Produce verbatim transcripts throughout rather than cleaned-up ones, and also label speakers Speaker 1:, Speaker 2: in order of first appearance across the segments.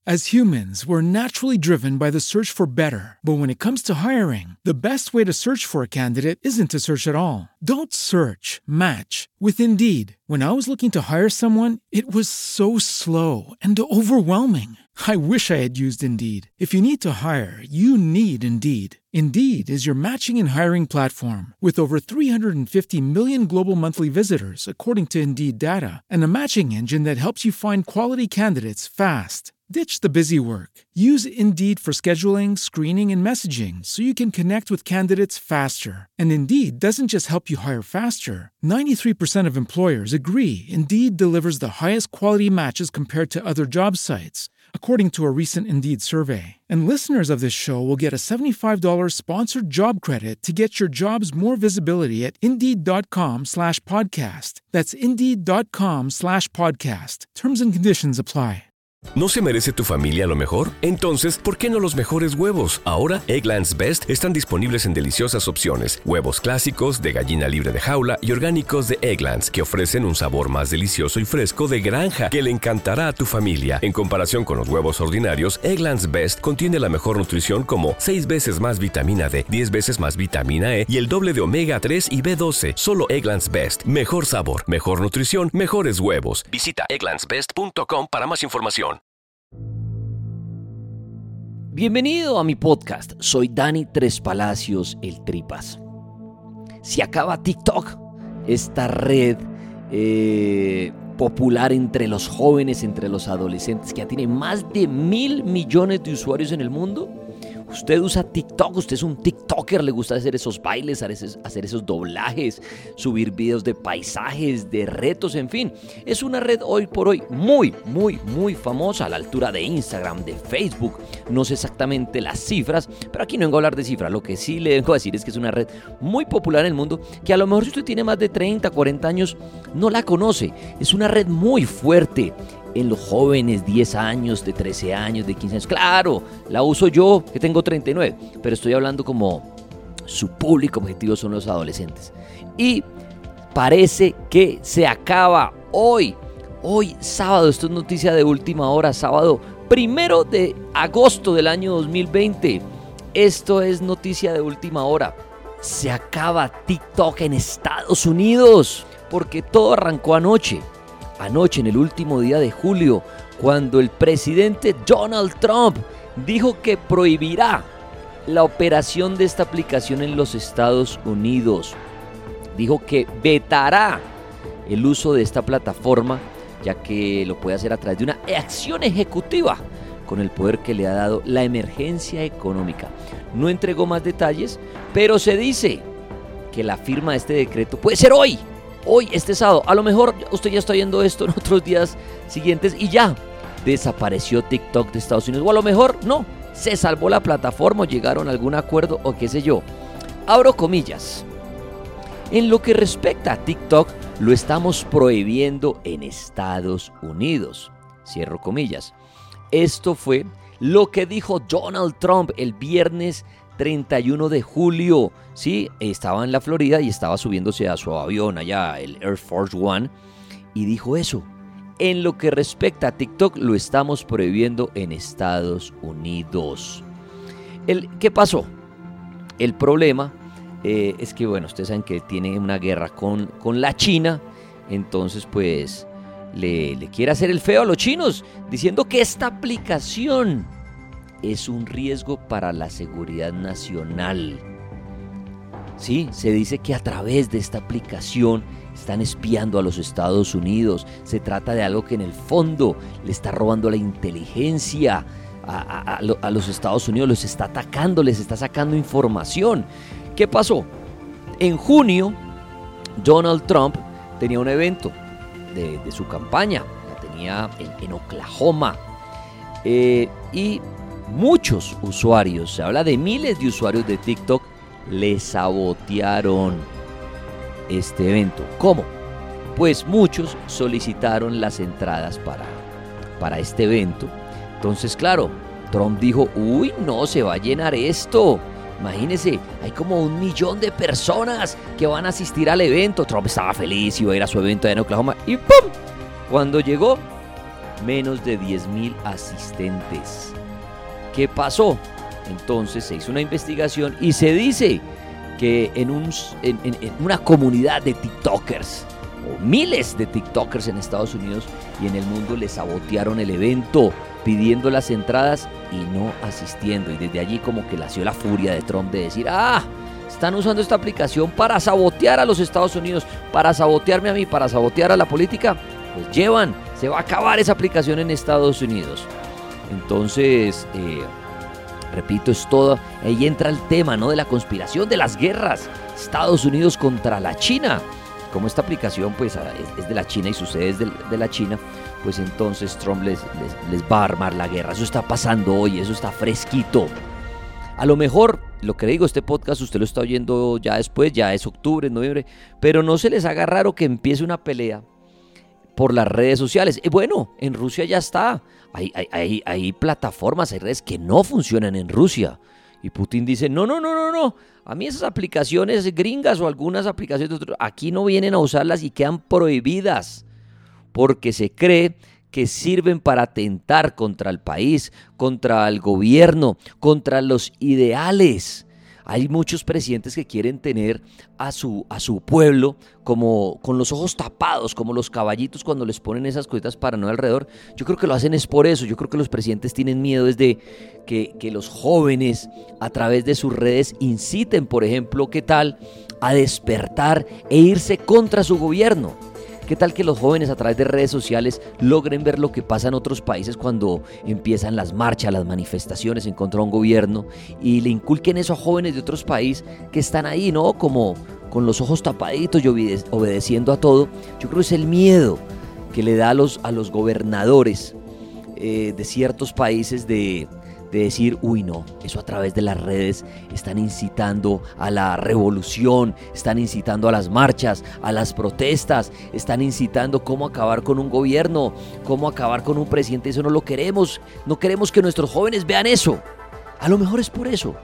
Speaker 1: As humans, we're naturally driven by the search for better. But when it comes to hiring, the best way to search for a candidate isn't to search at all. Don't search, match with Indeed. When I was looking to hire someone, it was so slow and overwhelming. I wish I had used Indeed. If you need to hire, you need Indeed. Indeed is your matching and hiring platform with over three hundred fifty million global monthly visitors, according to Indeed data, and a matching engine that helps you find quality candidates fast. Ditch the busy work. Use Indeed for scheduling, screening, and messaging so you can connect with candidates faster. And Indeed doesn't just help you hire faster. ninety-three percent of employers agree Indeed delivers the highest quality matches compared to other job sites, according to a recent Indeed survey. And listeners of this show will get a seventy-five dollars sponsored job credit to get your jobs more visibility at Indeed.com slash podcast. That's Indeed.com slash podcast. Terms and conditions apply.
Speaker 2: ¿No se merece tu familia lo mejor? Entonces, ¿por qué no los mejores huevos? Ahora, Eggland's Best están disponibles en deliciosas opciones. Huevos clásicos, de gallina libre de jaula y orgánicos de Eggland's, que ofrecen un sabor más delicioso y fresco de granja que le encantará a tu familia. En comparación con los huevos ordinarios, Eggland's Best contiene la mejor nutrición como seis veces más vitamina D, diez veces más vitamina E y el doble de omega tres y B doce. Solo Eggland's Best. Mejor sabor, mejor nutrición, mejores huevos. Visita egglands best punto com para más información.
Speaker 3: Bienvenido a mi podcast, soy Dani Tres Palacios, el Tripas. Se acaba TikTok, esta red eh, popular entre los jóvenes, entre los adolescentes, que ya tiene más de mil millones de usuarios en el mundo. Usted usa TikTok, usted es un TikToker, le gusta hacer esos bailes, hacer esos doblajes, subir videos de paisajes, de retos, en fin. Es una red hoy por hoy muy, muy, muy famosa, a la altura de Instagram, de Facebook. No sé exactamente las cifras, pero aquí no vengo a hablar de cifras. Lo que sí le vengo a decir es que es una red muy popular en el mundo, que a lo mejor si usted tiene más de treinta, cuarenta años, no la conoce. Es una red muy fuerte en los jóvenes, diez años, de trece años, de quince años. Claro, la uso yo, que tengo treinta y nueve, pero estoy hablando como su público objetivo son los adolescentes. Y parece que se acaba hoy, hoy sábado, esto es noticia de última hora, sábado primero de agosto del año dos mil veinte. Esto es noticia de última hora. Se acaba TikTok en Estados Unidos, porque todo arrancó anoche. Anoche, en el último día de julio, cuando el presidente Donald Trump dijo que prohibirá la operación de esta aplicación en los Estados Unidos. Dijo que vetará el uso de esta plataforma, ya que lo puede hacer a través de una acción ejecutiva con el poder que le ha dado la emergencia económica. No entregó más detalles, pero se dice que la firma de este decreto puede ser hoy. Hoy, este sábado. A lo mejor usted ya está oyendo esto en otros días siguientes y ya desapareció TikTok de Estados Unidos. O a lo mejor no, se salvó la plataforma o llegaron a algún acuerdo o qué sé yo. Abro comillas. En lo que respecta a TikTok, lo estamos prohibiendo en Estados Unidos. Cierro comillas. Esto fue lo que dijo Donald Trump el viernes treinta y uno de julio, sí, estaba en la Florida y estaba subiéndose a su avión allá, el Air Force One, y dijo eso. En lo que respecta a TikTok, lo estamos prohibiendo en Estados Unidos. El, ¿Qué pasó? El problema eh, es que, bueno, ustedes saben que tiene una guerra con, con la China, entonces pues le, le quiere hacer el feo a los chinos, diciendo que esta aplicación es un riesgo para la seguridad nacional. Sí, se dice que a través de esta aplicación están espiando a los Estados Unidos. Se trata de algo que en el fondo le está robando la inteligencia a, a, a los Estados Unidos, los está atacando, les está sacando información. ¿Qué pasó? En junio, Donald Trump tenía un evento de, de su campaña, la tenía en, en Oklahoma, eh, y muchos usuarios, se habla de miles de usuarios de TikTok, le sabotearon este evento. ¿Cómo? Pues muchos solicitaron las entradas para, para este evento. Entonces, claro, Trump dijo, uy, no, se va a llenar esto. Imagínense, hay como un millón de personas que van a asistir al evento. Trump estaba feliz, iba a ir a su evento en Oklahoma y ¡pum! Cuando llegó, menos de diez mil asistentes. ¿Qué pasó? Entonces se hizo una investigación y se dice que en, un, en, en, en una comunidad de TikTokers, o miles de TikTokers en Estados Unidos y en el mundo, les sabotearon el evento pidiendo las entradas y no asistiendo. Y desde allí como que nació la furia de Trump de decir, ah, están usando esta aplicación para sabotear a los Estados Unidos, para sabotearme a mí, para sabotear a la política. Pues llevan, se va a acabar esa aplicación en Estados Unidos. Entonces, eh, repito, es todo, ahí entra el tema, ¿no?, de la conspiración, de las guerras, Estados Unidos contra la China. Como esta aplicación pues es de la China y su sede es de, de la China, pues entonces Trump les, les, les va a armar la guerra. Eso está pasando hoy, eso está fresquito. A lo mejor, lo que digo, este podcast usted lo está oyendo ya después, ya es octubre, noviembre, pero no se les haga raro que empiece una pelea por las redes sociales. Y bueno, en Rusia ya está. Hay, hay, hay, hay plataformas, hay redes que no funcionan en Rusia. Y Putin dice, no, no, no, no, no. A mí esas aplicaciones gringas o algunas aplicaciones de otros, aquí no vienen a usarlas y quedan prohibidas. Porque se cree que sirven para atentar contra el país, contra el gobierno, contra los ideales. Hay muchos presidentes que quieren tener a su, a su pueblo como con los ojos tapados, como los caballitos cuando les ponen esas cositas paranoia alrededor. Yo creo que lo hacen es por eso. Yo creo que los presidentes tienen miedo desde que, que los jóvenes a través de sus redes inciten, por ejemplo, ¿qué tal?, a despertar e irse contra su gobierno. ¿Qué tal que los jóvenes a través de redes sociales logren ver lo que pasa en otros países cuando empiezan las marchas, las manifestaciones en contra de un gobierno y le inculquen eso a jóvenes de otros países que están ahí, ¿no?, como con los ojos tapaditos y obede- obedeciendo a todo? Yo creo que es el miedo que le da a los, a los gobernadores eh, de ciertos países de... de decir, uy no, eso a través de las redes están incitando a la revolución, están incitando a las marchas, a las protestas, están incitando cómo acabar con un gobierno, cómo acabar con un presidente. Eso no lo queremos, no queremos que nuestros jóvenes vean eso. A lo mejor es por eso.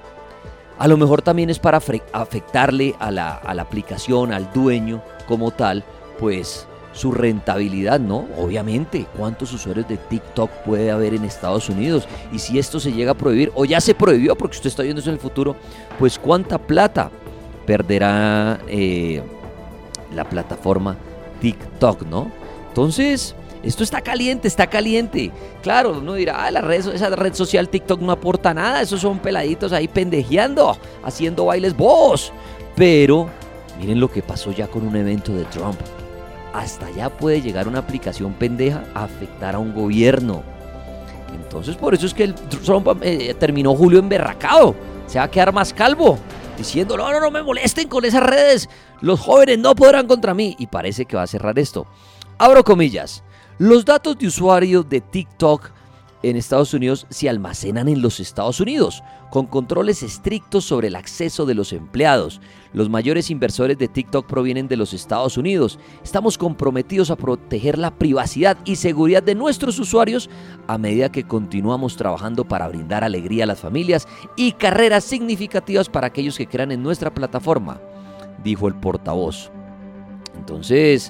Speaker 3: A lo mejor también es para afectarle a la, a la aplicación, al dueño como tal, pues su rentabilidad, ¿no? Obviamente, ¿cuántos usuarios de TikTok puede haber en Estados Unidos? Y si esto se llega a prohibir, o ya se prohibió porque usted está viendo eso en el futuro, pues ¿cuánta plata perderá eh, la plataforma TikTok, ¿no? Entonces, esto está caliente, está caliente. Claro, uno dirá, ah, la red, esa red social TikTok no aporta nada, esos son peladitos ahí pendejeando, haciendo bailes bobos. Pero miren lo que pasó ya con un evento de Trump. Hasta allá puede llegar una aplicación pendeja a afectar a un gobierno. Entonces por eso es que el Trump eh, terminó julio emberracado. Se va a quedar más calvo, diciendo, no, no, no me molesten con esas redes. Los jóvenes no podrán contra mí. Y parece que va a cerrar esto. Abro comillas. Los datos de usuario de TikTok en Estados Unidos se almacenan en los Estados Unidos, con controles estrictos sobre el acceso de los empleados. Los mayores inversores de TikTok provienen de los Estados Unidos. Estamos comprometidos a proteger la privacidad y seguridad de nuestros usuarios a medida que continuamos trabajando para brindar alegría a las familias y carreras significativas para aquellos que crean en nuestra plataforma, dijo el portavoz. Entonces,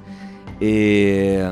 Speaker 3: eh...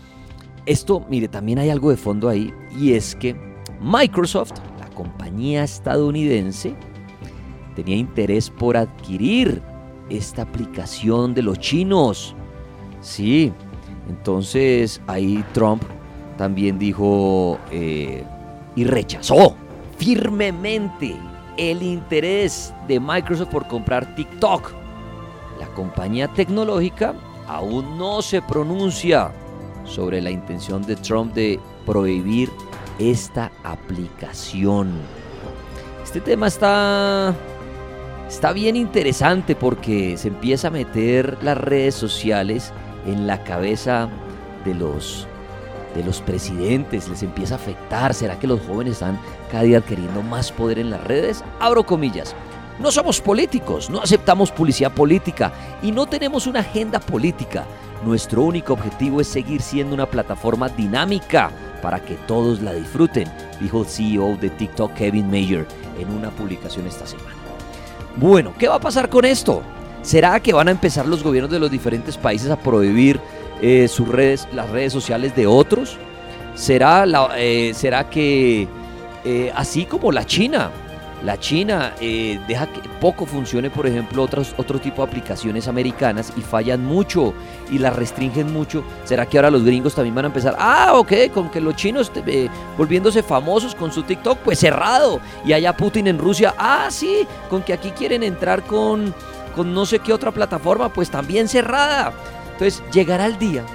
Speaker 3: esto, mire, también hay algo de fondo ahí, y es que Microsoft, la compañía estadounidense, tenía interés por adquirir esta aplicación de los chinos. Sí, entonces ahí Trump también dijo eh, y rechazó firmemente el interés de Microsoft por comprar TikTok. La compañía tecnológica aún no se pronuncia sobre la intención de Trump de prohibir esta aplicación. Este tema está, está bien interesante porque se empieza a meter las redes sociales en la cabeza de los, de los presidentes, les empieza a afectar. ¿Será que los jóvenes están cada día adquiriendo más poder en las redes? Abro comillas. No somos políticos, no aceptamos publicidad política y no tenemos una agenda política. Nuestro único objetivo es seguir siendo una plataforma dinámica para que todos la disfruten, dijo el C E O de TikTok, Kevin Mayer, en una publicación esta semana. Bueno, ¿qué va a pasar con esto? ¿Será que van a empezar los gobiernos de los diferentes países a prohibir eh, sus redes, las redes sociales de otros? ¿Será, la, eh, será que eh, así como la China, la China eh, deja que poco funcione, por ejemplo, otros, otro tipo de aplicaciones americanas y fallan mucho y las restringen mucho? ¿Será que ahora los gringos también van a empezar? Ah, ok, con que los chinos eh, volviéndose famosos con su TikTok, pues cerrado. Y allá Putin en Rusia, ah, sí, con que aquí quieren entrar con, con no sé qué otra plataforma, pues también cerrada. Entonces llegará el día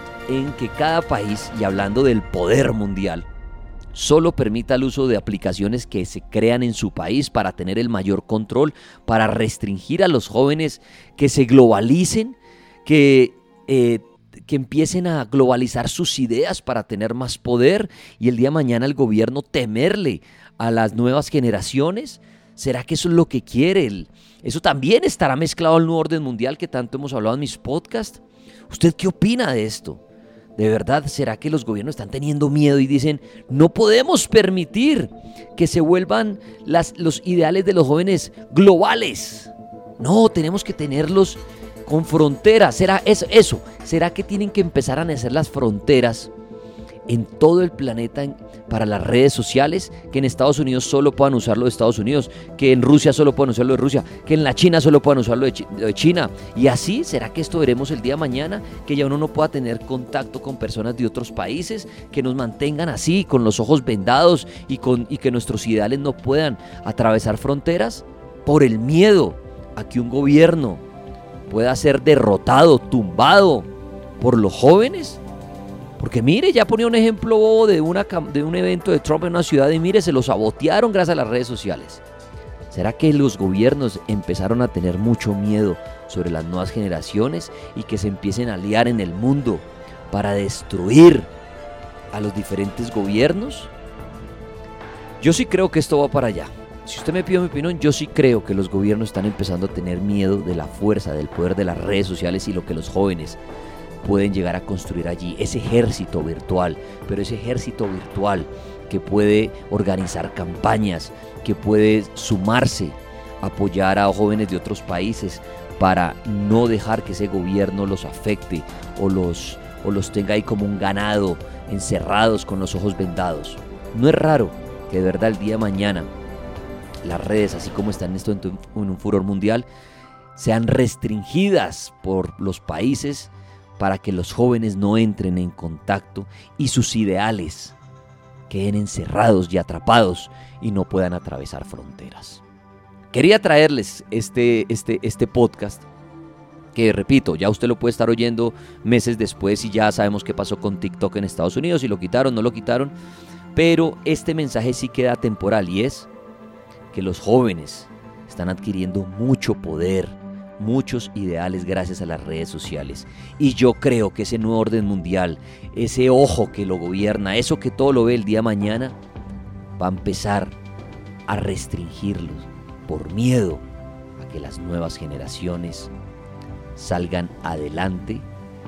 Speaker 3: en que cada país, y hablando del poder mundial, solo permita el uso de aplicaciones que se crean en su país para tener el mayor control, para restringir a los jóvenes que se globalicen, que, eh, que empiecen a globalizar sus ideas para tener más poder, y el día de mañana el gobierno temerle a las nuevas generaciones. ¿Será que eso es lo que quiere? ¿Eso también estará mezclado al nuevo orden mundial que tanto hemos hablado en mis podcasts? ¿Usted qué opina de esto? ¿De verdad será que los gobiernos están teniendo miedo y dicen, no podemos permitir que se vuelvan las, los ideales de los jóvenes globales? No, tenemos que tenerlos con fronteras. ¿Será eso, eso? ¿Será que tienen que empezar a nacer las fronteras en todo el planeta en, para las redes sociales? Que en Estados Unidos solo puedan usarlo de Estados Unidos, que en Rusia solo puedan usarlo de Rusia, que en la China solo puedan usarlo de, Ch- de China. Y así, ¿será que esto veremos el día de mañana? Que ya uno no pueda tener contacto con personas de otros países, que nos mantengan así, con los ojos vendados y, con, y que nuestros ideales no puedan atravesar fronteras por el miedo a que un gobierno pueda ser derrotado, tumbado por los jóvenes. Porque mire, ya ponía un ejemplo bobo de, una, de un evento de Trump en una ciudad y mire, se lo sabotearon gracias a las redes sociales. ¿Será que los gobiernos empezaron a tener mucho miedo sobre las nuevas generaciones y que se empiecen a aliar en el mundo para destruir a los diferentes gobiernos? Yo sí creo que esto va para allá. Si usted me pide mi opinión, yo sí creo que los gobiernos están empezando a tener miedo de la fuerza, del poder de las redes sociales y lo que los jóvenes pueden llegar a construir allí, ese ejército virtual, pero ese ejército virtual que puede organizar campañas, que puede sumarse, apoyar a jóvenes de otros países para no dejar que ese gobierno los afecte o los, o los tenga ahí como un ganado, encerrados con los ojos vendados. No es raro que de verdad el día de mañana las redes, así como están en esto en un furor mundial, sean restringidas por los países para que los jóvenes no entren en contacto y sus ideales queden encerrados y atrapados y no puedan atravesar fronteras. Quería traerles este, este, este podcast que, repito, ya usted lo puede estar oyendo meses después y ya sabemos qué pasó con TikTok en Estados Unidos, si lo quitaron, no lo quitaron, pero este mensaje sí queda temporal y es que los jóvenes están adquiriendo mucho poder, muchos ideales gracias a las redes sociales. Y yo creo que ese nuevo orden mundial, ese ojo que lo gobierna, eso que todo lo ve el día de mañana, va a empezar a restringirlos por miedo a que las nuevas generaciones salgan adelante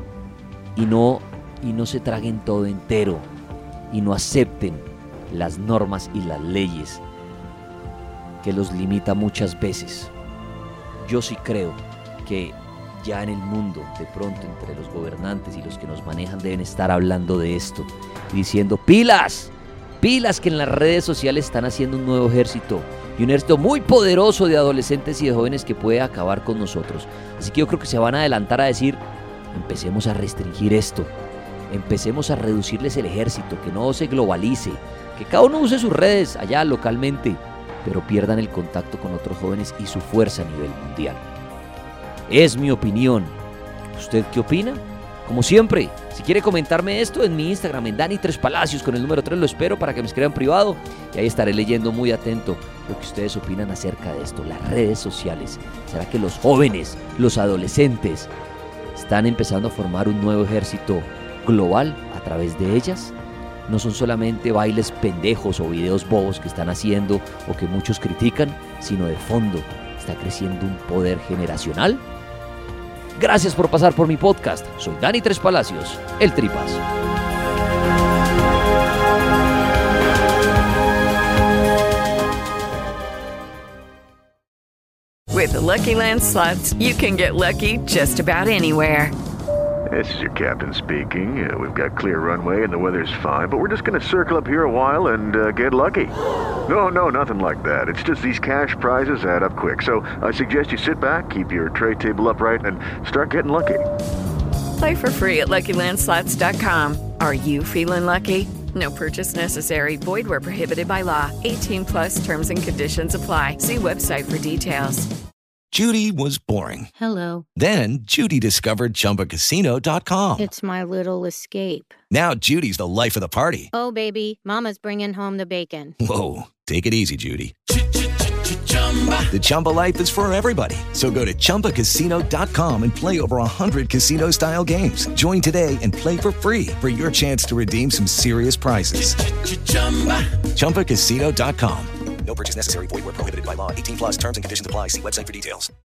Speaker 3: y no, y no se traguen todo entero y no acepten las normas y las leyes que los limita muchas veces. Yo sí creo que ya en el mundo, de pronto, entre los gobernantes y los que nos manejan deben estar hablando de esto, diciendo pilas, pilas, que en las redes sociales están haciendo un nuevo ejército, y un ejército muy poderoso de adolescentes y de jóvenes que puede acabar con nosotros. Así que yo creo que se van a adelantar a decir, empecemos a restringir esto, empecemos a reducirles el ejército, que no se globalice, que cada uno use sus redes allá localmente, pero pierdan el contacto con otros jóvenes y su fuerza a nivel mundial. Es mi opinión. ¿Usted qué opina? Como siempre, si quiere comentarme esto en mi Instagram, en Dani tres Palacios, con el número tres, lo espero para que me escriban privado y ahí estaré leyendo muy atento lo que ustedes opinan acerca de esto. Las redes sociales. ¿Será que los jóvenes, los adolescentes, están empezando a formar un nuevo ejército global a través de ellas? No son solamente bailes pendejos o videos bobos que están haciendo o que muchos critican, sino de fondo está creciendo un poder generacional. Gracias por pasar por mi podcast. Soy Dani Tres Palacios, el Tripas.
Speaker 4: With the Lucky Land Slots, you can get lucky just about anywhere. This is your captain speaking. Uh, we've got clear runway and the weather's fine, but we're just going to circle up here a while and uh, get lucky. No, no, nothing like that. It's just these cash prizes add up quick. So I suggest you sit back, keep your tray table upright, and start getting lucky.
Speaker 5: Play for free at Lucky Land Slots dot com. Are you feeling lucky? No purchase necessary. Void where prohibited by law. eighteen plus terms and conditions apply. See website for details.
Speaker 6: Judy was boring.
Speaker 7: Hello.
Speaker 6: Then Judy discovered Chumba Casino dot com.
Speaker 7: It's my little escape.
Speaker 6: Now Judy's the life of the party.
Speaker 7: Oh, baby, mama's bringing home the bacon.
Speaker 6: Whoa, take it easy, Judy. The Chumba life is for everybody. So go to Chumba Casino dot com and play over one hundred casino-style games. Join today and play for free for your chance to redeem some serious prizes. Chumba Casino dot com.
Speaker 8: No purchase necessary. Void where prohibited by law. eighteen plus terms and conditions apply. See website for details.